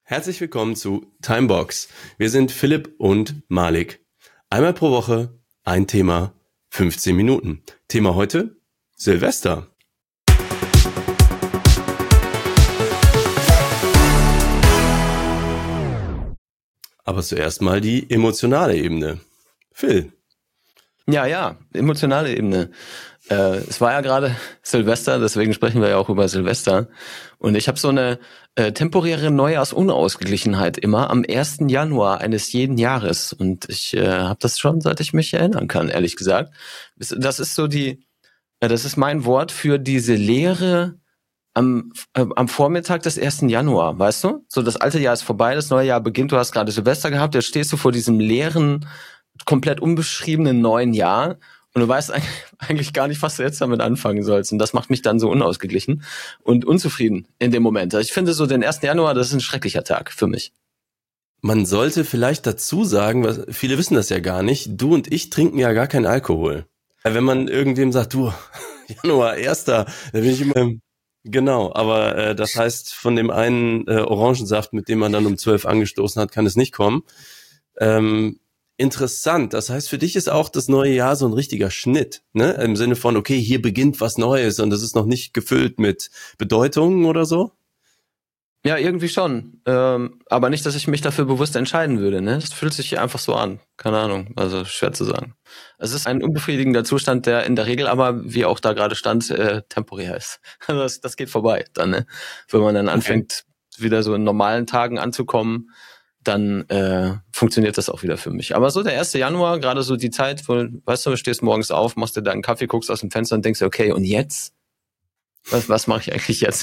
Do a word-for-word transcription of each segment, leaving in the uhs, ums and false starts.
Herzlich willkommen zu Timebox. Wir sind Philipp und Malik. Einmal pro Woche, ein Thema, fünfzehn Minuten. Thema heute: Silvester. Aber zuerst mal die emotionale Ebene. Phil. Ja, ja, emotionale Ebene. Äh, es war ja gerade Silvester, deswegen sprechen wir ja auch über Silvester. Und ich habe so eine äh, temporäre Neujahrsunausgeglichenheit immer am ersten Januar eines jeden Jahres. Und ich äh, habe das schon, seit ich mich erinnern kann, ehrlich gesagt. Das ist so die, äh, das ist mein Wort für diese Leere am, äh, am Vormittag des ersten Januar, weißt du? So, das alte Jahr ist vorbei, das neue Jahr beginnt, du hast gerade Silvester gehabt, jetzt stehst du vor diesem leeren, komplett unbeschriebenen neuen Jahr und du weißt eigentlich gar nicht, was du jetzt damit anfangen sollst. Und das macht mich dann so unausgeglichen und unzufrieden in dem Moment. Also ich finde so den ersten Januar, das ist ein schrecklicher Tag für mich. Man sollte vielleicht dazu sagen, was, viele wissen das ja gar nicht, du und ich trinken ja gar keinen Alkohol. Wenn man irgendwem sagt, du, Januar, erster, dann bin ich immer, genau, aber äh, das heißt, von dem einen äh, Orangensaft, mit dem man dann um zwölf angestoßen hat, kann es nicht kommen. Ähm, Interessant. Das heißt, für dich ist auch das neue Jahr so ein richtiger Schnitt, ne? Im Sinne von, okay, hier beginnt was Neues und das ist noch nicht gefüllt mit Bedeutungen oder so? Ja, irgendwie schon. Ähm, aber nicht, dass ich mich dafür bewusst entscheiden würde, ne? Das fühlt sich einfach so an. Keine Ahnung. Also schwer zu sagen. Es ist ein unbefriedigender Zustand, der in der Regel aber, wie auch da gerade stand, äh, temporär ist. Also das, das geht vorbei dann, ne? Wenn man dann anfängt, okay, wieder so in normalen Tagen anzukommen, dann äh, funktioniert das auch wieder für mich. Aber so der erste Januar, gerade so die Zeit, wo, weißt du, du stehst morgens auf, machst dir deinen Kaffee, guckst aus dem Fenster und denkst, okay, und jetzt? Was, was mache ich eigentlich jetzt?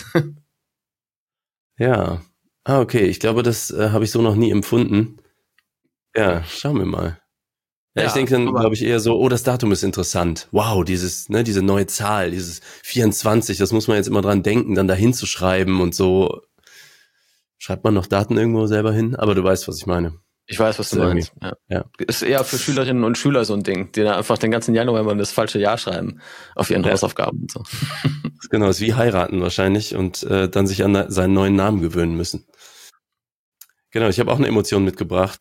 Ja, ah, okay, ich glaube, das äh, habe ich so noch nie empfunden. Ja, schauen wir mal. Ja, ja, ich denke dann, glaube ich, eher so, oh, das Datum ist interessant. Wow, dieses, ne, diese neue Zahl, dieses vierundzwanzig, das muss man jetzt immer dran denken, dann dahin zu schreiben und so. Schreibt man noch Daten irgendwo selber hin? Aber du weißt, was ich meine. Ich weiß, was du meinst. Ja. Ja. Ist eher für Schülerinnen und Schüler so ein Ding, die dann einfach den ganzen Januar immer das falsche Jahr schreiben auf ihren ja. Hausaufgaben und so. Genau, ist wie heiraten wahrscheinlich und äh, dann sich an seinen neuen Namen gewöhnen müssen. Genau, ich habe auch eine Emotion mitgebracht.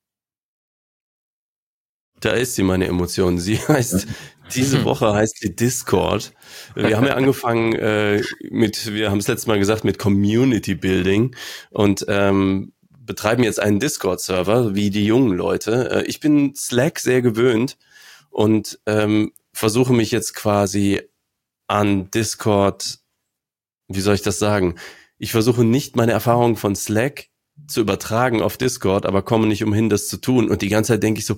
Da ist sie, meine Emotion. Sie heißt, diese Woche heißt sie Discord. Wir haben ja angefangen äh, mit, wir haben es letztes Mal gesagt, mit Community Building und ähm, betreiben jetzt einen Discord-Server, wie die jungen Leute. Äh, ich bin Slack sehr gewöhnt und ähm, versuche mich jetzt quasi an Discord, wie soll ich das sagen? Ich versuche nicht meine Erfahrungen von Slack zu übertragen auf Discord, aber komme nicht umhin, das zu tun. Und die ganze Zeit denke ich so,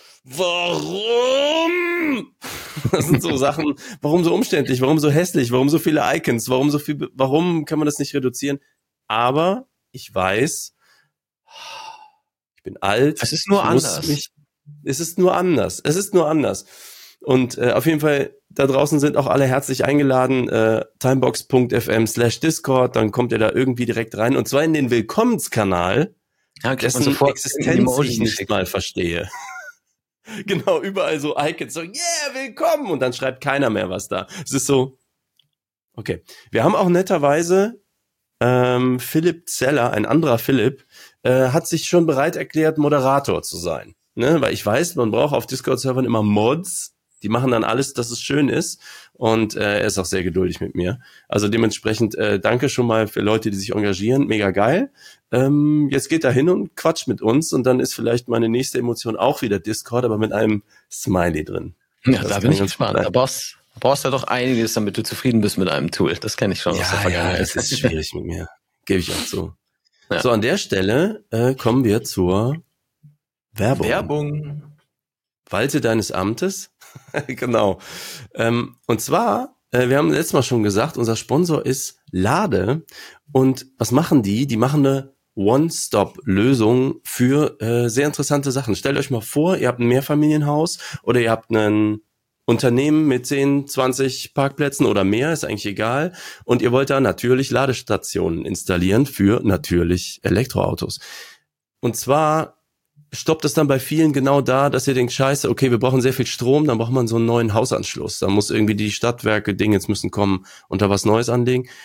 warum? Das sind so Sachen, warum so umständlich, warum so hässlich, warum so viele Icons, warum so viel, warum kann man das nicht reduzieren? Aber ich weiß, ich bin alt. Es ist nur anders. Mich, es ist nur anders. Es ist nur anders. Und äh, auf jeden Fall, da draußen sind auch alle herzlich eingeladen, äh, timebox.fm slash Discord, dann kommt ihr da irgendwie direkt rein. Und zwar in den Willkommenskanal, ja, dessen Existenz ich nicht mal verstehe. Genau, überall so Icons, so, yeah, willkommen! Und dann schreibt keiner mehr was da. Es ist so, okay. Wir haben auch netterweise ähm, Philipp Zeller, ein anderer Philipp, äh, hat sich schon bereit erklärt, Moderator zu sein. Ne? Weil ich weiß, man braucht auf Discord-Servern immer Mods, die machen dann alles, dass es schön ist. Und äh, er ist auch sehr geduldig mit mir. Also dementsprechend äh, danke schon mal für Leute, die sich engagieren. Mega geil. Ähm, jetzt geht er hin und quatscht mit uns und dann ist vielleicht meine nächste Emotion auch wieder Discord, aber mit einem Smiley drin. Ja, das da bin ich gespannt. Da brauchst, brauchst du ja doch einiges, damit du zufrieden bist mit einem Tool. Das kenne ich schon ja, aus der Vergangenheit. Ja, es ist schwierig mit mir. Gebe ich auch zu. Ja. So, an der Stelle äh, kommen wir zur Werbung. Werbung. Walte deines Amtes. Genau. Ähm, und zwar, äh, wir haben letztes Mal schon gesagt, unser Sponsor ist Lade. Und was machen die? Die machen eine One-Stop-Lösung für äh, sehr interessante Sachen. Stellt euch mal vor, ihr habt ein Mehrfamilienhaus oder ihr habt ein Unternehmen mit zehn, zwanzig Parkplätzen oder mehr, ist eigentlich egal. Und ihr wollt da natürlich Ladestationen installieren für natürlich Elektroautos. Und zwar stoppt es dann bei vielen genau da, dass ihr denkt, scheiße, okay, wir brauchen sehr viel Strom, dann braucht man so einen neuen Hausanschluss. Da muss irgendwie die Stadtwerke, Dinge jetzt müssen kommen und da was Neues anlegen.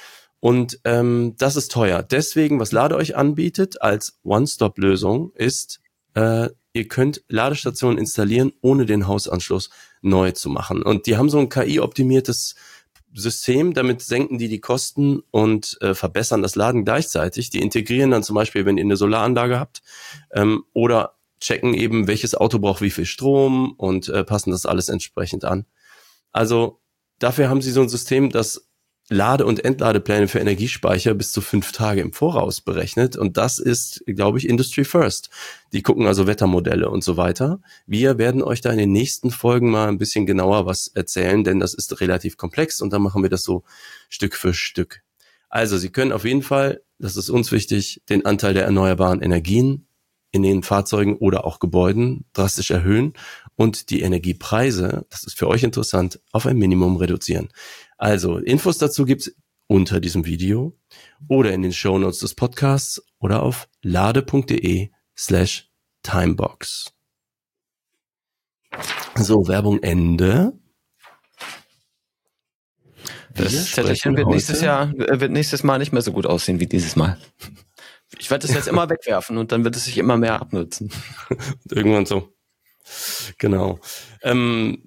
Und ähm, das ist teuer. Deswegen, was Lade euch anbietet als One-Stop-Lösung ist, äh, ihr könnt Ladestationen installieren, ohne den Hausanschluss neu zu machen. Und die haben so ein K I-optimiertes System, damit senken die die Kosten und äh, verbessern das Laden gleichzeitig. Die integrieren dann zum Beispiel, wenn ihr eine Solaranlage habt, ähm, oder checken eben, welches Auto braucht wie viel Strom und äh, passen das alles entsprechend an. Also dafür haben sie so ein System, das Lade- und Entladepläne für Energiespeicher bis zu fünf Tage im Voraus berechnet. Und das ist, glaube ich, Industry First. Die gucken also Wettermodelle und so weiter. Wir werden euch da in den nächsten Folgen mal ein bisschen genauer was erzählen, denn das ist relativ komplex und dann machen wir das so Stück für Stück. Also Sie können auf jeden Fall, das ist uns wichtig, den Anteil der erneuerbaren Energien in den Fahrzeugen oder auch Gebäuden drastisch erhöhen und die Energiepreise, das ist für euch interessant, auf ein Minimum reduzieren. Also Infos dazu gibt's unter diesem Video oder in den Shownotes des Podcasts oder auf lade.de slash timebox. So, Werbung Ende. Das Zettelchen wird nächstes Jahr, wird nächstes Mal nicht mehr so gut aussehen wie dieses Mal. Ich werde es jetzt immer wegwerfen und dann wird es sich immer mehr abnutzen. Irgendwann so. Genau. Ähm,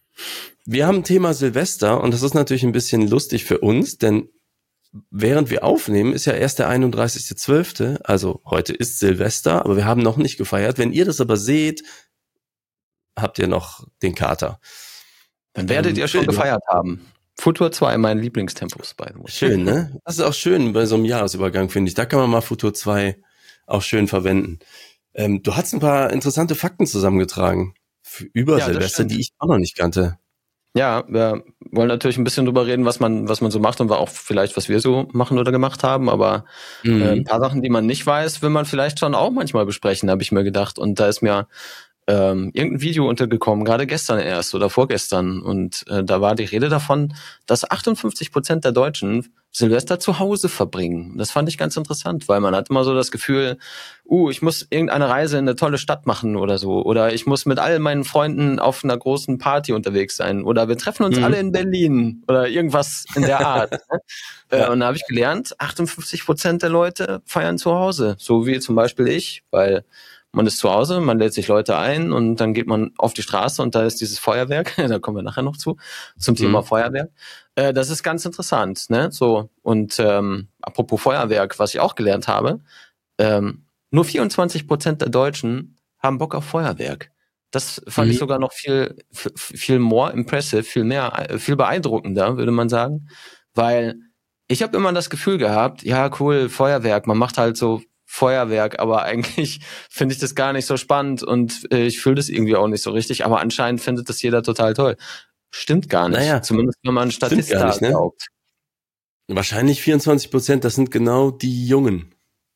wir haben Thema Silvester und das ist natürlich ein bisschen lustig für uns, denn während wir aufnehmen, ist ja erst der einunddreißigster zwölfte Also heute ist Silvester, aber wir haben noch nicht gefeiert. Wenn ihr das aber seht, habt ihr noch den Kater. Dann werdet ähm, ihr schon gefeiert haben. Futur zwei, mein Lieblingstempos, by the way. Schön, ne? Das ist auch schön bei so einem Jahresübergang, finde ich. Da kann man mal Futur zwei auch schön verwenden. Ähm, du hast ein paar interessante Fakten zusammengetragen für über ja, Silvester, die ich auch noch nicht kannte. Ja, wir wollen natürlich ein bisschen drüber reden, was man was man so macht und auch vielleicht, was wir so machen oder gemacht haben. Aber mhm. äh, ein paar Sachen, die man nicht weiß, will man vielleicht schon auch manchmal besprechen, habe ich mir gedacht. Und da ist mir ähm, irgendein Video untergekommen, gerade gestern erst oder vorgestern. Und äh, da war die Rede davon, dass achtundfünfzig Prozent der Deutschen Silvester zu Hause verbringen. Das fand ich ganz interessant, weil man hat immer so das Gefühl, uh, ich muss irgendeine Reise in eine tolle Stadt machen oder so. Oder ich muss mit all meinen Freunden auf einer großen Party unterwegs sein. Oder wir treffen uns mhm. alle in Berlin oder irgendwas in der Art. ja. äh, und da habe ich gelernt, achtundfünfzig Prozent der Leute feiern zu Hause. So wie zum Beispiel ich, weil man ist zu Hause, man lädt sich Leute ein und dann geht man auf die Straße und da ist dieses Feuerwerk, da kommen wir nachher noch zu, zum Thema mhm. Feuerwerk. Äh, das ist ganz interessant, ne? So, und ähm, apropos Feuerwerk, was ich auch gelernt habe, ähm, nur vierundzwanzig Prozent der Deutschen haben Bock auf Feuerwerk. Das fand mhm. ich sogar noch viel, viel more impressive, viel mehr, viel beeindruckender, würde man sagen, weil ich habe immer das Gefühl gehabt, ja cool, Feuerwerk, man macht halt so Feuerwerk, aber eigentlich finde ich das gar nicht so spannend und äh, ich fühle das irgendwie auch nicht so richtig, aber anscheinend findet das jeder total toll. Stimmt gar nicht, naja, zumindest wenn man Statista nicht, ne? glaubt. Wahrscheinlich vierundzwanzig Prozent, das sind genau die Jungen.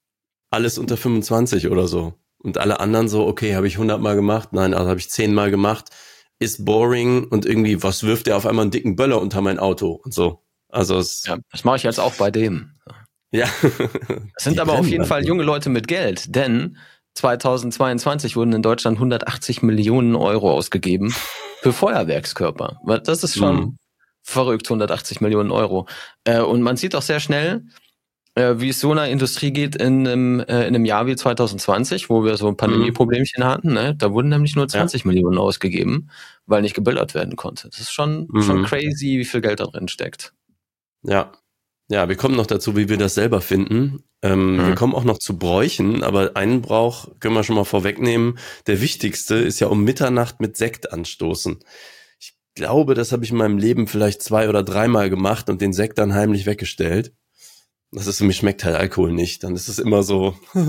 Alles unter fünfundzwanzig oder so. Und alle anderen so, okay, habe ich hundert Mal gemacht, nein, also habe ich zehn Mal gemacht, ist boring und irgendwie, was wirft der auf einmal einen dicken Böller unter mein Auto und so. Also es ja, das mache ich jetzt auch bei dem. Ja. Das sind aber auf jeden Fall junge Leute mit Geld, denn zweitausendzweiundzwanzig wurden in Deutschland hundertachtzig Millionen Euro ausgegeben für Feuerwerkskörper. Das ist schon mhm. verrückt, hundertachtzig Millionen Euro. Und man sieht auch sehr schnell, wie es so einer Industrie geht in einem, in einem Jahr wie zweitausendzwanzig, wo wir so ein Pandemieproblemchen hatten. Ne? Da wurden nämlich nur zwanzig ja. Millionen ausgegeben, weil nicht gebildert werden konnte. Das ist schon, mhm. schon crazy, wie viel Geld da drin steckt. Ja. Ja, wir kommen noch dazu, wie wir das selber finden. Ähm, mhm. Wir kommen auch noch zu Bräuchen, aber einen Brauch können wir schon mal vorwegnehmen. Der wichtigste ist ja um Mitternacht mit Sekt anstoßen. Ich glaube, das habe ich in meinem Leben vielleicht zwei oder dreimal gemacht und den Sekt dann heimlich weggestellt. Das ist, mir schmeckt halt Alkohol nicht. Dann ist es immer so ja,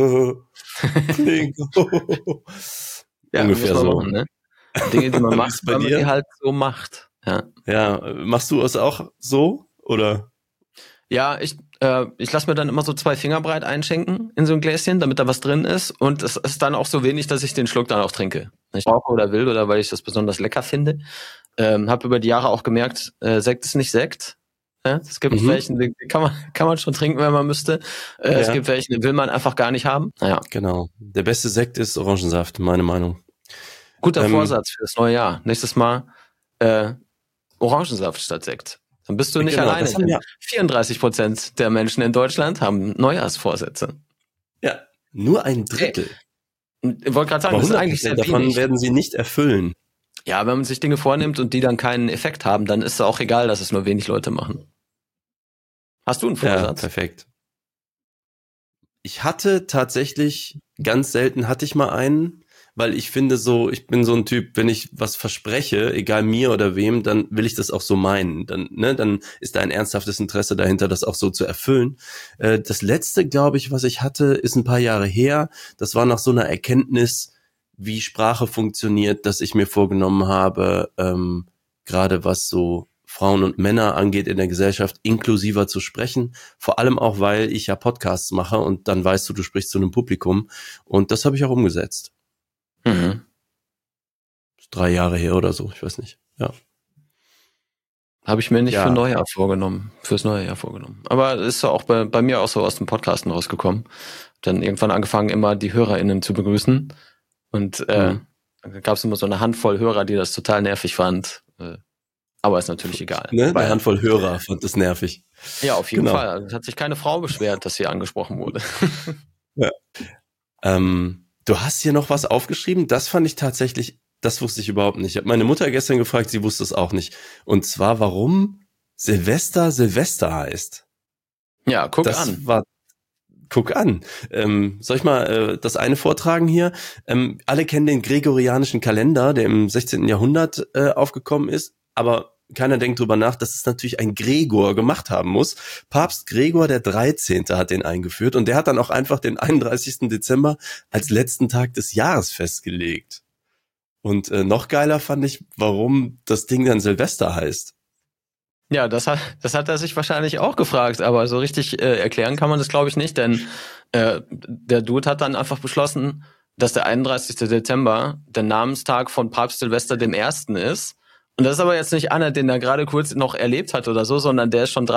ungefähr so. Machen, ne? Dinge, die man macht, weil man die halt so macht. Ja, ja, machst du es auch so oder? Ja, ich äh, ich lasse mir dann immer so zwei Finger breit einschenken in so ein Gläschen, damit da was drin ist. Und es ist dann auch so wenig, dass ich den Schluck dann auch trinke. Ich brauche oder will oder weil ich das besonders lecker finde. Ähm, habe über die Jahre auch gemerkt, äh, Sekt ist nicht Sekt. Ja, es gibt mhm. welchen, die kann man kann man schon trinken, wenn man müsste. Äh, ja. Es gibt welche, die will man einfach gar nicht haben. Naja. Genau. Der beste Sekt ist Orangensaft, meine Meinung. Guter ähm, Vorsatz für das neue Jahr. Nächstes Mal äh, Orangensaft statt Sekt. Dann bist du nicht genau, alleine. Das haben ja vierunddreißig Prozent der Menschen in Deutschland haben Neujahrsvorsätze. Ja, nur ein Drittel. Hey, ich wollte gerade sagen, aber das ist eigentlich sehr davon wenig. werden sie nicht erfüllen. Ja, wenn man sich Dinge vornimmt und die dann keinen Effekt haben, dann ist es auch egal, dass es nur wenig Leute machen. Hast du einen Vorsatz? Ja, perfekt. Ich hatte tatsächlich, ganz selten hatte ich mal einen, weil ich finde so, ich bin so ein Typ, wenn ich was verspreche, egal mir oder wem, dann will ich das auch so meinen. Dann, ne, dann ist da ein ernsthaftes Interesse dahinter, das auch so zu erfüllen. Äh, das letzte, glaube ich, was ich hatte, ist ein paar Jahre her. Das war nach so einer Erkenntnis, wie Sprache funktioniert, dass ich mir vorgenommen habe, ähm, gerade was so Frauen und Männer angeht in der Gesellschaft, inklusiver zu sprechen. Vor allem auch, weil ich ja Podcasts mache und dann weißt du, du sprichst zu einem Publikum. Und das habe ich auch umgesetzt. Mhm. Drei Jahre her oder so, ich weiß nicht. Ja. Habe ich mir nicht Ja. für Neujahr vorgenommen, fürs neue Jahr vorgenommen. Aber ist ja auch bei, bei mir auch so aus dem Podcasten rausgekommen. Dann irgendwann angefangen, immer die HörerInnen zu begrüßen. Und äh, Mhm. dann gab es immer so eine Handvoll Hörer, die das total nervig fand. Äh, aber ist natürlich egal. Ne? Weil, Eine Handvoll Hörer fand das nervig. ja, auf jeden Genau. Fall. Es hat sich keine Frau beschwert, dass sie angesprochen wurde. Ja. Ähm, du hast hier noch was aufgeschrieben, das fand ich tatsächlich, das wusste ich überhaupt nicht. Ich habe meine Mutter gestern gefragt, sie wusste es auch nicht. Und zwar, warum Silvester Silvester heißt. Ja, guck das an. War, guck an. Ähm, soll ich mal äh, das eine vortragen hier? Ähm, alle kennen den gregorianischen Kalender, der im sechzehnten Jahrhundert äh, aufgekommen ist, aber keiner denkt drüber nach, dass es natürlich ein Gregor gemacht haben muss. Papst Gregor der dreizehnte hat den eingeführt und der hat dann auch einfach den einunddreißigsten Dezember als letzten Tag des Jahres festgelegt. Und äh, noch geiler fand ich, warum das Ding dann Silvester heißt. Ja, das hat, das hat er sich wahrscheinlich auch gefragt, aber so richtig äh, erklären kann man das, glaube ich, nicht, denn äh, der Dude hat dann einfach beschlossen, dass der einunddreißigste Dezember der Namenstag von Papst Silvester dem Ersten ist. Und das ist aber jetzt nicht einer, den er gerade kurz noch erlebt hat oder so, sondern der ist schon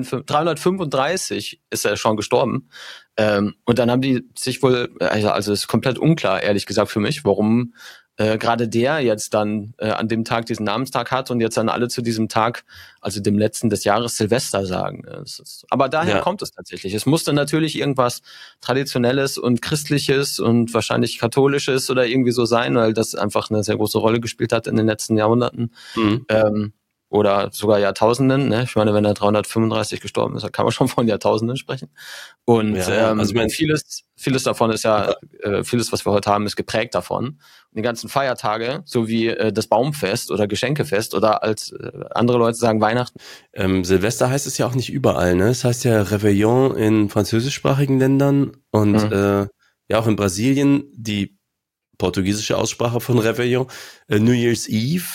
dreihundertfünfunddreißig ist er schon gestorben. Ähm, und dann haben die sich wohl, also ist komplett unklar, ehrlich gesagt für mich, warum äh, gerade der jetzt dann äh, an dem Tag diesen Namenstag hat und jetzt dann alle zu diesem Tag, also dem letzten des Jahres, Silvester sagen. Das ist, aber daher Ja. kommt es tatsächlich. Es musste natürlich irgendwas Traditionelles und Christliches und wahrscheinlich Katholisches oder irgendwie so sein, weil das einfach eine sehr große Rolle gespielt hat in den letzten Jahrhunderten. Mhm. Ähm, oder sogar Jahrtausenden. Ne? Ich meine, wenn er dreihundertfünfunddreißig gestorben ist, dann kann man schon von Jahrtausenden sprechen. Und Ja, ähm, also ich mein, vieles, vieles davon ist ja, äh, vieles, was wir heute haben, ist geprägt davon. Und die ganzen Feiertage, so wie äh, das Baumfest oder Geschenkefest oder als äh, andere Leute sagen Weihnachten. Ähm, Silvester heißt es ja auch nicht überall, ne? Es heißt ja Réveillon in französischsprachigen Ländern und Mhm. äh, ja auch in Brasilien die portugiesische Aussprache von Réveillon, äh, New Year's Eve.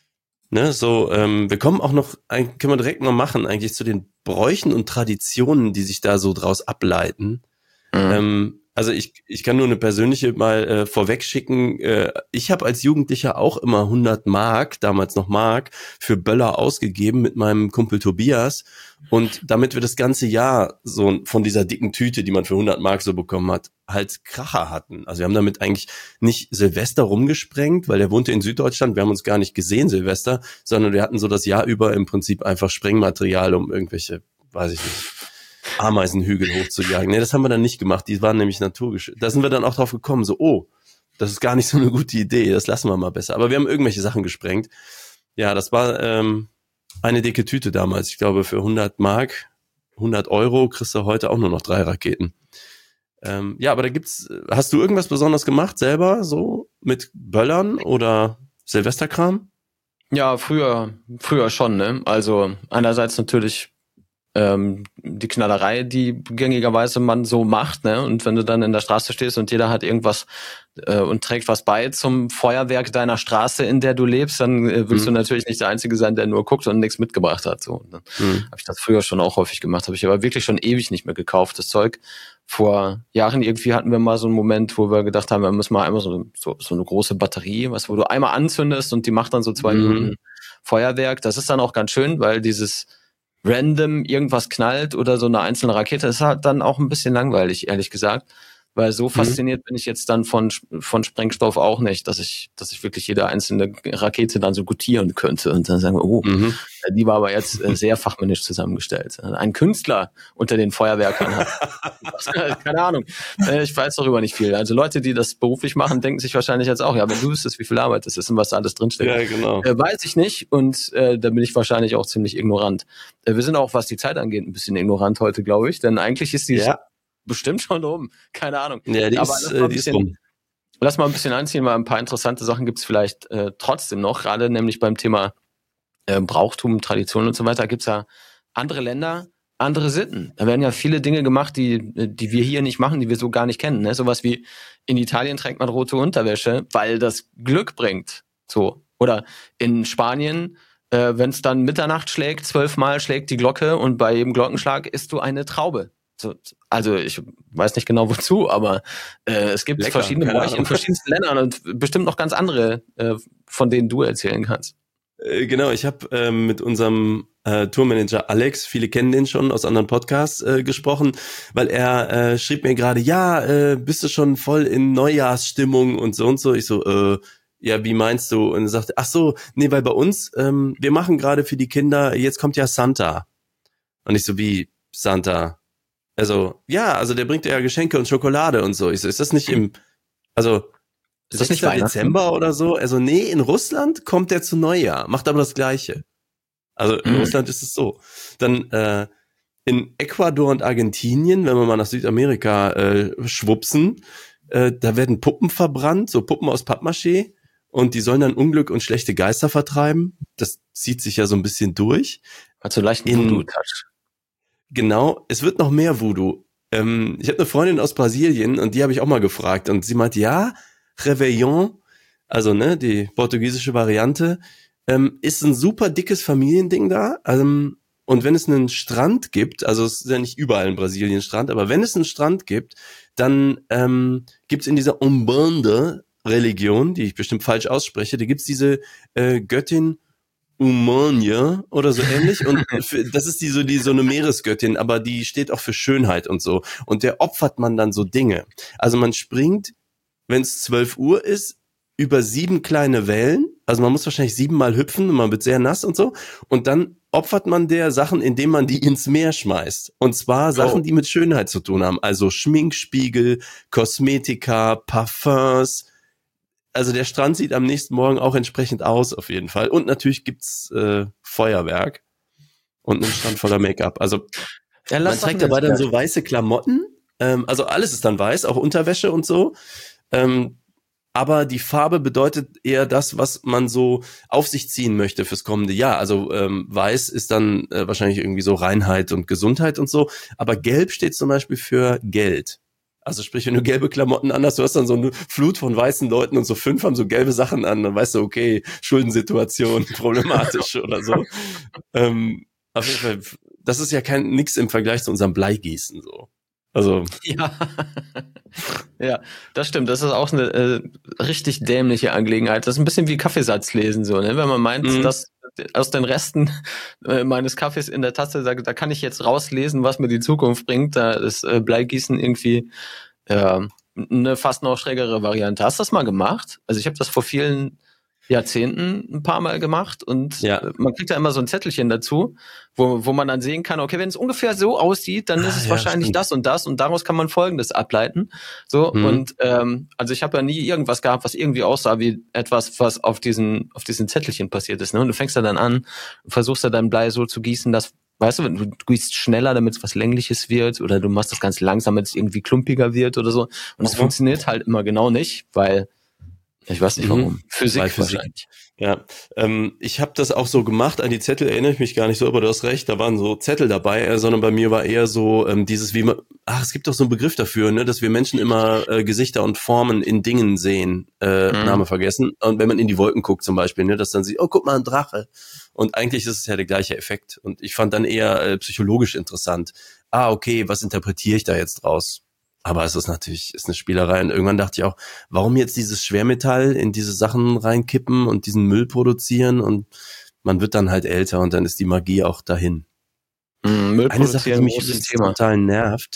Ne, so, ähm, wir kommen auch noch, können wir direkt mal machen, eigentlich zu den Bräuchen und Traditionen, die sich da so draus ableiten. Mhm. Ähm, also ich, ich kann nur eine persönliche mal äh, vorweg schicken. Äh, ich habe als Jugendlicher auch immer hundert Mark, damals noch Mark, für Böller ausgegeben mit meinem Kumpel Tobias. Und damit wir das ganze Jahr so von dieser dicken Tüte, die man für hundert Mark so bekommen hat, halt Kracher hatten. Also wir haben damit eigentlich nicht Silvester rumgesprengt, weil der wohnte in Süddeutschland. Wir haben uns gar nicht gesehen, Silvester, sondern wir hatten so das Jahr über im Prinzip einfach Sprengmaterial, um irgendwelche, weiß ich nicht, Ameisenhügel hochzujagen. Nee, das haben wir dann nicht gemacht. Die waren nämlich naturgeschützt. Da sind wir dann auch drauf gekommen, so, oh, das ist gar nicht so eine gute Idee. Das lassen wir mal besser. Aber wir haben irgendwelche Sachen gesprengt. Ja, das war ähm, eine dicke Tüte damals. Ich glaube, für hundert Mark, hundert Euro kriegst du heute auch nur noch drei Raketen. Ähm, ja, aber da gibt's, hast du irgendwas Besonderes gemacht selber, so mit Böllern oder Silvesterkram? Ja, früher, früher schon, ne? Also einerseits natürlich ähm, die Knallerei, die gängigerweise man so macht, ne? Und wenn du dann in der Straße stehst und jeder hat irgendwas äh, und trägt was bei zum Feuerwerk deiner Straße, in der du lebst, dann äh, willst Mhm. du natürlich nicht der Einzige sein, der nur guckt und nichts mitgebracht hat. So, dann Mhm. habe ich das früher schon auch häufig gemacht, habe ich aber wirklich schon ewig nicht mehr gekauft, das Zeug. Vor Jahren irgendwie hatten wir mal so einen Moment, wo wir gedacht haben, wir müssen mal einmal so, so, so eine große Batterie, was, wo du einmal anzündest und die macht dann so zwei Mhm. Minuten Feuerwerk. Das ist dann auch ganz schön, weil dieses random irgendwas knallt oder so eine einzelne Rakete ist halt dann auch ein bisschen langweilig, ehrlich gesagt. Weil so fasziniert mhm. bin ich jetzt dann von von Sprengstoff auch nicht, dass ich dass ich wirklich jede einzelne Rakete dann so gutieren könnte und dann sagen wir, oh, mhm. die war aber jetzt äh, sehr fachmännisch zusammengestellt. Ein Künstler unter den Feuerwerkern hat. Keine Ahnung, äh, ich weiß darüber nicht viel. Also Leute, die das beruflich machen, denken sich wahrscheinlich jetzt auch, ja, wenn du wüsstest, wie viel Arbeit das ist und was da alles drinsteckt. Ja, genau. Äh, weiß ich nicht und äh, da bin ich wahrscheinlich auch ziemlich ignorant. Äh, wir sind auch, was die Zeit angeht, ein bisschen ignorant heute, glaube ich, denn eigentlich ist die ja. bestimmt schon oben, keine Ahnung. Ja, die aber ist, äh, die bisschen, ist rum. Lass mal ein bisschen anziehen, weil ein paar interessante Sachen gibt's vielleicht äh, trotzdem noch, gerade nämlich beim Thema äh, Brauchtum, Tradition und so weiter, gibt's ja andere Länder, andere Sitten. Da werden ja viele Dinge gemacht, die die wir hier nicht machen, die wir so gar nicht kennen. Ne? Sowas wie in Italien trägt man rote Unterwäsche, weil das Glück bringt. So. Oder in Spanien, äh, wenn es dann Mitternacht schlägt, zwölfmal schlägt die Glocke und bei jedem Glockenschlag isst du eine Traube. So, also ich weiß nicht genau wozu, aber äh, es gibt Lecker, verschiedene Bräuche in verschiedensten Ländern und bestimmt noch ganz andere, äh, von denen du erzählen kannst. Äh, genau, ich habe äh, mit unserem äh, Tourmanager Alex, viele kennen den schon aus anderen Podcasts, äh, gesprochen, weil er äh, schrieb mir gerade, ja, äh, bist du schon voll in Neujahrsstimmung und so und so. Ich so, äh, ja, wie meinst du? Und er sagte, ach so, nee, weil bei uns, ähm, wir machen gerade für die Kinder, jetzt kommt ja Santa. Und ich so, wie Santa? Also, ja, also der bringt ja Geschenke und Schokolade und so. Ich so, ist das nicht im, also, ist das nicht Dezember oder so? Also, nee, in Russland kommt der zu Neujahr, macht aber das Gleiche. Also, in mhm. Russland ist es so. Dann, äh, in Ecuador und Argentinien, wenn wir mal nach Südamerika äh, schwupsen, äh, da werden Puppen verbrannt, so Puppen aus Pappmaché, und die sollen dann Unglück und schlechte Geister vertreiben. Das zieht sich ja so ein bisschen durch. Hat so leicht einen Voodoo-Touch. Genau, es wird noch mehr Voodoo. Ähm, ich habe eine Freundin aus Brasilien und die habe ich auch mal gefragt und sie meinte, ja, Réveillon, also ne, die portugiesische Variante, ähm, ist ein super dickes Familiending da. Ähm, und wenn es einen Strand gibt, also es ist ja nicht überall in Brasilien Strand, aber wenn es einen Strand gibt, dann ähm, gibt es in dieser Umbanda-Religion, die ich bestimmt falsch ausspreche, da gibt es diese äh, Göttin Umanya oder so ähnlich und für, das ist die so die so eine Meeresgöttin, aber die steht auch für Schönheit und so und der opfert man dann so Dinge. Also man springt, wenn es zwölf Uhr ist, über sieben kleine Wellen, also man muss wahrscheinlich siebenmal hüpfen und man wird sehr nass und so und dann opfert man der Sachen, indem man die ins Meer schmeißt und zwar Sachen, oh. die mit Schönheit zu tun haben, also Schminkspiegel, Kosmetika, Parfums. Also der Strand sieht am nächsten Morgen auch entsprechend aus, auf jeden Fall. Und natürlich gibt's äh, Feuerwerk und einen Strand voller Make-up. Also ja, man trägt dabei dann so weiße Klamotten. Ähm, also alles ist dann weiß, auch Unterwäsche und so. Ähm, aber die Farbe bedeutet eher das, was man so auf sich ziehen möchte fürs kommende Jahr. Also ähm, weiß ist dann äh, wahrscheinlich irgendwie so Reinheit und Gesundheit und so. Aber gelb steht zum Beispiel für Geld. Also sprich, wenn du gelbe Klamotten an hast, du hast dann so eine Flut von weißen Leuten und so fünf haben so gelbe Sachen an, dann weißt du, okay, Schuldensituation, problematisch oder so. Ähm, auf jeden Fall, das ist ja kein nix im Vergleich zu unserem Bleigießen so. Also ja, ja, das stimmt. Das ist auch eine äh, richtig dämliche Angelegenheit. Das ist ein bisschen wie Kaffeesatz lesen so, ne? Wenn man meint, mhm. dass aus den Resten äh, meines Kaffees in der Tasse, da, da kann ich jetzt rauslesen, was mir die Zukunft bringt. Da ist äh, Bleigießen irgendwie äh, eine fast noch schrägere Variante. Hast du das mal gemacht? Also ich habe das vor vielen Jahrzehnten ein paar Mal gemacht und ja. man kriegt da immer so ein Zettelchen dazu, wo wo man dann sehen kann, okay, wenn es ungefähr so aussieht, dann ist es ah, ja, wahrscheinlich stimmt. das und das und daraus kann man Folgendes ableiten. So mhm. und ähm, also ich habe ja nie irgendwas gehabt, was irgendwie aussah wie etwas, was auf diesen auf diesen Zettelchen passiert ist. Ne? Und du fängst da dann an, versuchst da dein Blei so zu gießen, dass weißt du, du gießt schneller, damit es was Längliches wird oder du machst das ganz langsam, damit es irgendwie klumpiger wird oder so. Und es mhm. funktioniert halt immer genau nicht, weil ich weiß nicht warum. Mhm. Physik, Weil Physik wahrscheinlich. Ja, ähm, ich habe das auch so gemacht. An die Zettel erinnere ich mich gar nicht so, aber du hast recht, da waren so Zettel dabei, äh, sondern bei mir war eher so ähm, dieses, wie man, ach, es gibt doch so einen Begriff dafür, ne, dass wir Menschen immer äh, Gesichter und Formen in Dingen sehen, äh, mhm. Name vergessen. Und wenn man in die Wolken guckt zum Beispiel, ne, dass dann sieht, oh, guck mal, ein Drache. Und eigentlich ist es ja der gleiche Effekt. Und ich fand dann eher äh, psychologisch interessant. Ah, okay, was interpretiere ich da jetzt draus? Aber es ist natürlich, ist eine Spielerei. Und irgendwann dachte ich auch, warum jetzt dieses Schwermetall in diese Sachen reinkippen und diesen Müll produzieren? Und man wird dann halt älter und dann ist die Magie auch dahin. Mm, Müll Eine Sache, die mich total nervt,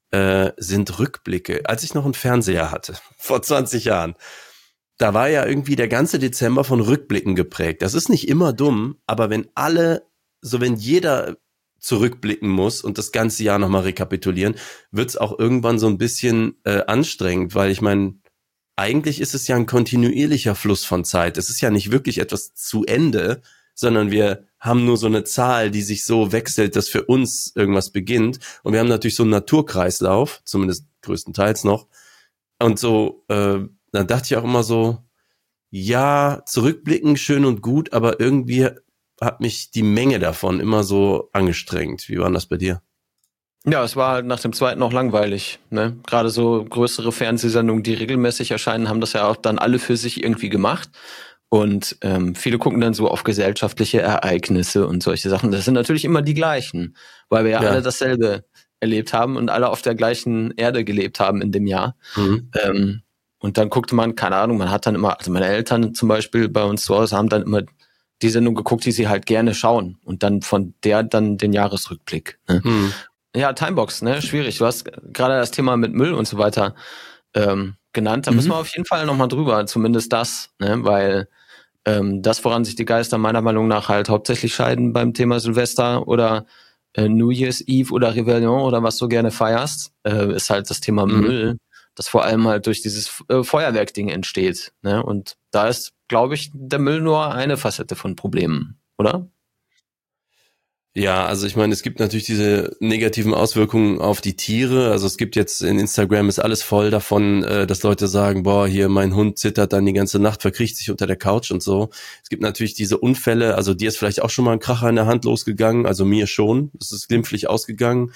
äh, sind Rückblicke. Als ich noch einen Fernseher hatte, vor zwanzig Jahren, da war ja irgendwie der ganze Dezember von Rückblicken geprägt. Das ist nicht immer dumm, aber wenn alle, so wenn jeder zurückblicken muss und das ganze Jahr nochmal rekapitulieren, wird's auch irgendwann so ein bisschen äh, anstrengend, weil ich meine, eigentlich ist es ja ein kontinuierlicher Fluss von Zeit. Es ist ja nicht wirklich etwas zu Ende, sondern wir haben nur so eine Zahl, die sich so wechselt, dass für uns irgendwas beginnt. Und wir haben natürlich so einen Naturkreislauf, zumindest größtenteils noch. Und so, äh, dann dachte ich auch immer so, ja, zurückblicken, schön und gut, aber irgendwie hat mich die Menge davon immer so angestrengt. Wie war das bei dir? Ja, es war halt nach dem zweiten auch langweilig, ne? Gerade so größere Fernsehsendungen, die regelmäßig erscheinen, haben das ja auch dann alle für sich irgendwie gemacht. Und ähm, viele gucken dann so auf gesellschaftliche Ereignisse und solche Sachen. Das sind natürlich immer die gleichen, weil wir ja, ja. alle dasselbe erlebt haben und alle auf der gleichen Erde gelebt haben in dem Jahr. Mhm. Ähm, und dann guckte man, keine Ahnung, man hat dann immer, also meine Eltern zum Beispiel bei uns zu Hause haben dann immer die Sendung geguckt, die sie halt gerne schauen. Und dann von der dann den Jahresrückblick. Ne? Mhm. Ja, Timebox, ne, schwierig. Du hast gerade das Thema mit Müll und so weiter ähm, genannt. Da mhm. müssen wir auf jeden Fall nochmal drüber, zumindest das, ne, weil ähm, das, woran sich die Geister meiner Meinung nach halt hauptsächlich scheiden beim Thema Silvester oder äh, New Year's Eve oder Réveillon oder was du gerne feierst, äh, ist halt das Thema mhm. Müll, das vor allem halt durch dieses äh, Feuerwerk-Ding entsteht, ne, und da ist, glaube ich, der Müll nur eine Facette von Problemen, oder? Ja, also ich meine, es gibt natürlich diese negativen Auswirkungen auf die Tiere. Also es gibt jetzt in Instagram ist alles voll davon, dass Leute sagen, boah, hier mein Hund zittert dann die ganze Nacht, verkriecht sich unter der Couch und so. Es gibt natürlich diese Unfälle, also dir ist vielleicht auch schon mal ein Kracher in der Hand losgegangen, also mir schon. Es ist glimpflich ausgegangen,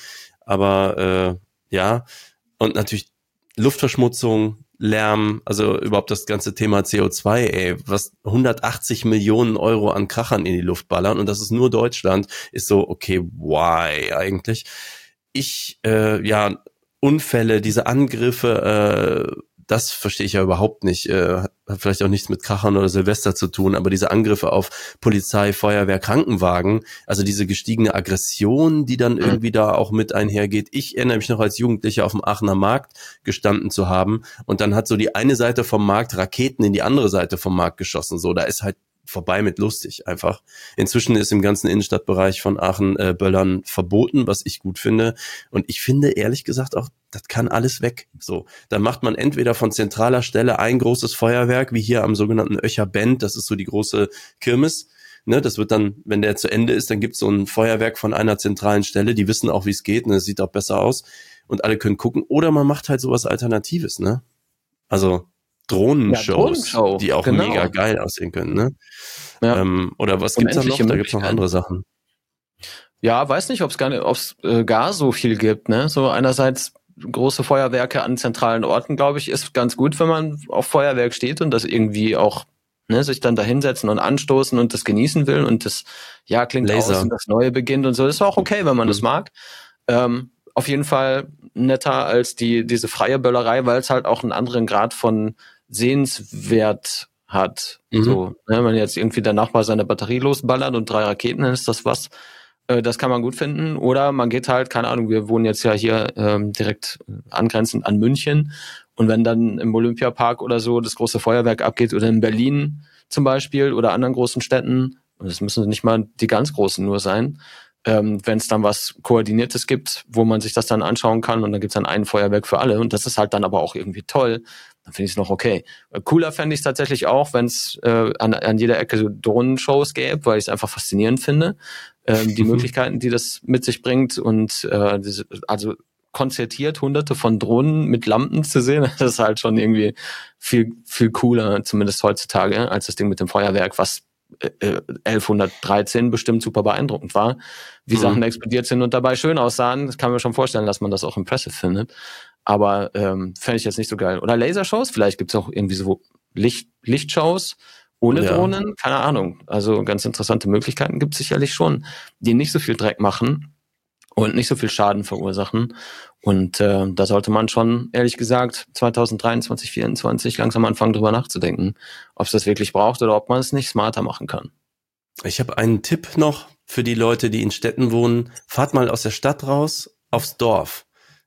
aber äh, ja. Und natürlich Luftverschmutzung, Lärm, also überhaupt das ganze Thema C O zwei, ey, was hundertachtzig Millionen Euro an Krachern in die Luft ballern und das ist nur Deutschland, ist so, okay, why eigentlich? Ich, äh, ja, Unfälle, diese Angriffe, äh, das verstehe ich ja überhaupt nicht, äh, hat vielleicht auch nichts mit Krachern oder Silvester zu tun, aber diese Angriffe auf Polizei, Feuerwehr, Krankenwagen, also diese gestiegene Aggression, die dann irgendwie da auch mit einhergeht. Ich erinnere mich noch als Jugendlicher auf dem Aachener Markt gestanden zu haben und dann hat so die eine Seite vom Markt Raketen in die andere Seite vom Markt geschossen, so, da ist halt vorbei mit lustig einfach. Inzwischen ist im ganzen Innenstadtbereich von Aachen äh, Böllern verboten, was ich gut finde. Und ich finde ehrlich gesagt auch, das kann alles weg. So, dann macht man entweder von zentraler Stelle ein großes Feuerwerk, wie hier am sogenannten Öcher Bend, das ist so die große Kirmes. Ne, das wird dann, wenn der zu Ende ist, dann gibt's so ein Feuerwerk von einer zentralen Stelle, die wissen auch, wie es geht, und es sieht auch besser aus und alle können gucken. Oder man macht halt sowas Alternatives, ne? Also Drohnenshows, ja, die auch genau. mega geil aussehen können, ne? Ja. Ähm, oder was gibt's da noch? Da gibt's noch andere Sachen. Ja, weiß nicht, ob es gar nicht, ob's äh, gar so viel gibt, ne? So einerseits große Feuerwerke an zentralen Orten, glaube ich, ist ganz gut, wenn man auf Feuerwerk steht und das irgendwie auch, ne, sich dann da hinsetzen und anstoßen und das genießen will und das, ja, klingt Laser. Aus und das Neue beginnt und so. Das ist auch okay, wenn man mhm. das mag. Ähm, auf jeden Fall netter als die diese freie Böllerei, weil es halt auch einen anderen Grad von Sehenswert hat. Mhm. So, ne, wenn jetzt irgendwie der Nachbar seine Batterie losballert und drei Raketen, dann ist das was. Äh, das kann man gut finden. Oder man geht halt, keine Ahnung, wir wohnen jetzt ja hier ähm, direkt angrenzend an München. Und wenn dann im Olympiapark oder so das große Feuerwerk abgeht oder in Berlin zum Beispiel oder anderen großen Städten, und das müssen nicht mal die ganz großen nur sein, ähm, wenn es dann was Koordiniertes gibt, wo man sich das dann anschauen kann und dann gibt's dann ein Feuerwerk für alle und das ist halt dann aber auch irgendwie toll, dann finde ich es noch okay. Cooler fände ich es tatsächlich auch, wenn es äh, an, an jeder Ecke so Drohnenshows gäbe, weil ich es einfach faszinierend finde, ähm, die Möglichkeiten, die das mit sich bringt und äh, diese, also konzertiert hunderte von Drohnen mit Lampen zu sehen, das ist halt schon irgendwie viel viel cooler, zumindest heutzutage, als das Ding mit dem Feuerwerk, was elfhundertdreizehn bestimmt super beeindruckend war, wie mhm. Sachen explodiert sind und dabei schön aussahen. Das kann man mir schon vorstellen, dass man das auch impressive findet. Aber ähm, fände ich jetzt nicht so geil. Oder Lasershows, vielleicht gibt's auch irgendwie so Licht, Lichtshows ohne ja. Drohnen, keine Ahnung. Also ganz interessante Möglichkeiten gibt's sicherlich schon, die nicht so viel Dreck machen und nicht so viel Schaden verursachen. Und äh, da sollte man schon, ehrlich gesagt, zwanzig dreiundzwanzig, vierundzwanzig langsam anfangen, drüber nachzudenken, ob es das wirklich braucht oder ob man es nicht smarter machen kann. Ich habe einen Tipp noch für die Leute, die in Städten wohnen. Fahrt mal aus der Stadt raus aufs Dorf.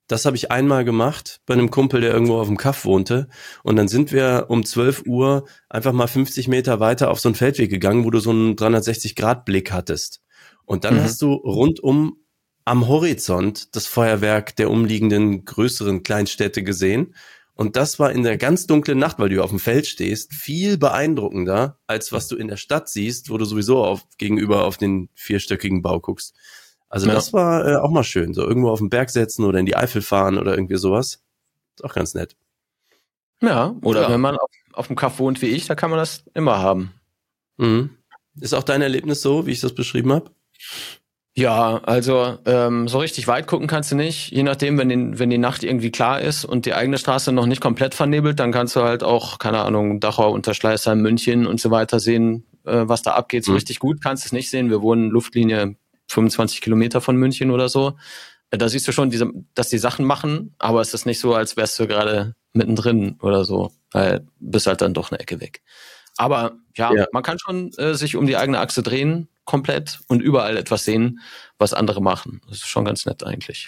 Das habe ich einmal gemacht bei einem Kumpel, der irgendwo auf dem Kaff wohnte. Und dann sind wir um zwölf Uhr einfach mal fünfzig Meter weiter auf so einen Feldweg gegangen, wo du so einen dreihundertsechzig Grad Blick hattest. Und dann mhm. hast du rundum am Horizont das Feuerwerk der umliegenden größeren Kleinstädte gesehen. Und das war in der ganz dunklen Nacht, weil du auf dem Feld stehst, viel beeindruckender, als was du in der Stadt siehst, wo du sowieso auf, gegenüber auf den vierstöckigen Bau guckst. Also ja. das war äh, auch mal schön, so irgendwo auf den Berg setzen oder in die Eifel fahren oder irgendwie sowas. Ist auch ganz nett. Ja, oder ja. wenn man auf, auf dem Kaff wohnt wie ich, da kann man das immer haben. Mhm. Ist auch dein Erlebnis so, wie ich das beschrieben habe? Ja, also ähm, so richtig weit gucken kannst du nicht. Je nachdem, wenn die, wenn die Nacht irgendwie klar ist und die eigene Straße noch nicht komplett vernebelt, dann kannst du halt auch, keine Ahnung, Dachau, Unterschleißheim, München und so weiter sehen, äh, was da abgeht. So mhm. richtig gut kannst du es nicht sehen. Wir wohnen Luftlinie fünfundzwanzig Kilometer von München oder so. Da siehst du schon, diese, dass die Sachen machen, aber es ist nicht so, als wärst du gerade mittendrin oder so, weil du bist halt dann doch eine Ecke weg. Aber ja, ja. man kann schon äh, sich um die eigene Achse drehen, komplett, und überall etwas sehen, was andere machen. Das ist schon ganz nett eigentlich.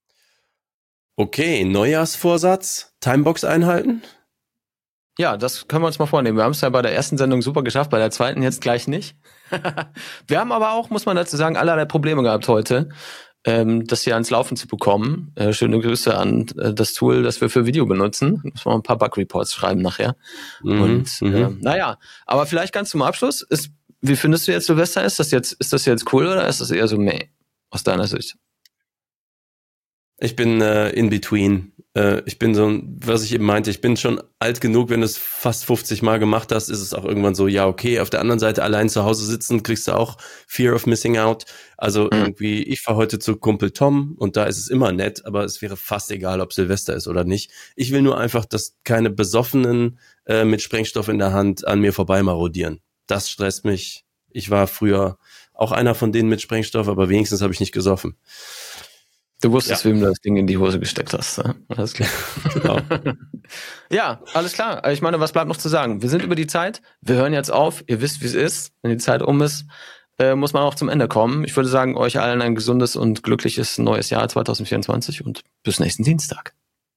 Okay, Neujahrsvorsatz, Timebox einhalten? Ja, das können wir uns mal vornehmen. Wir haben es ja bei der ersten Sendung super geschafft, bei der zweiten jetzt gleich nicht. Wir haben aber auch, muss man dazu sagen, allerlei Probleme gehabt heute, ähm, das hier ans Laufen zu bekommen. Äh, schöne Grüße an äh, das Tool, das wir für Video benutzen. Muss man ein paar Bug-Reports schreiben nachher. Mhm, und äh, naja, aber vielleicht ganz zum Abschluss, ist, wie findest du jetzt Silvester? Ist das jetzt, ist das jetzt cool oder ist das eher so meh, aus deiner Sicht? Ich bin äh, in between. Äh, ich bin so, was ich eben meinte, ich bin schon alt genug, wenn du es fast fünfzig Mal gemacht hast, ist es auch irgendwann so, ja, okay, auf der anderen Seite allein zu Hause sitzen, kriegst du auch Fear of Missing Out. Also mhm. irgendwie, ich fahre heute zu Kumpel Tom und da ist es immer nett, aber es wäre fast egal, ob Silvester ist oder nicht. Ich will nur einfach, dass keine Besoffenen äh, mit Sprengstoff in der Hand an mir vorbei marodieren. Das stresst mich. Ich war früher auch einer von denen mit Sprengstoff, aber wenigstens habe ich nicht gesoffen. Du wusstest, ja. wem du das Ding in die Hose gesteckt hast. Ne? Alles klar. Genau. Ja, alles klar. Ich meine, was bleibt noch zu sagen? Wir sind über die Zeit. Wir hören jetzt auf. Ihr wisst, wie es ist. Wenn die Zeit um ist, äh, muss man auch zum Ende kommen. Ich würde sagen, euch allen ein gesundes und glückliches neues Jahr zwanzig vierundzwanzig und bis nächsten Dienstag.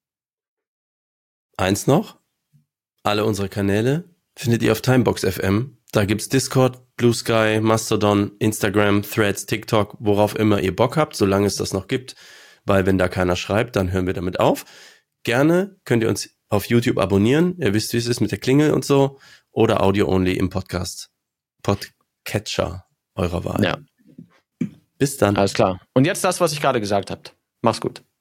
Eins noch. Alle unsere Kanäle findet ihr auf Timebox F M. Da gibt's Discord, Blue Sky, Mastodon, Instagram, Threads, TikTok, worauf immer ihr Bock habt, solange es das noch gibt. Weil wenn da keiner schreibt, dann hören wir damit auf. Gerne könnt ihr uns auf YouTube abonnieren. Ihr wisst, wie es ist mit der Klingel und so. Oder Audio-only im Podcast. Podcatcher eurer Wahl. Ja. Bis dann. Alles klar. Und jetzt das, was ich gerade gesagt habe. Mach's gut.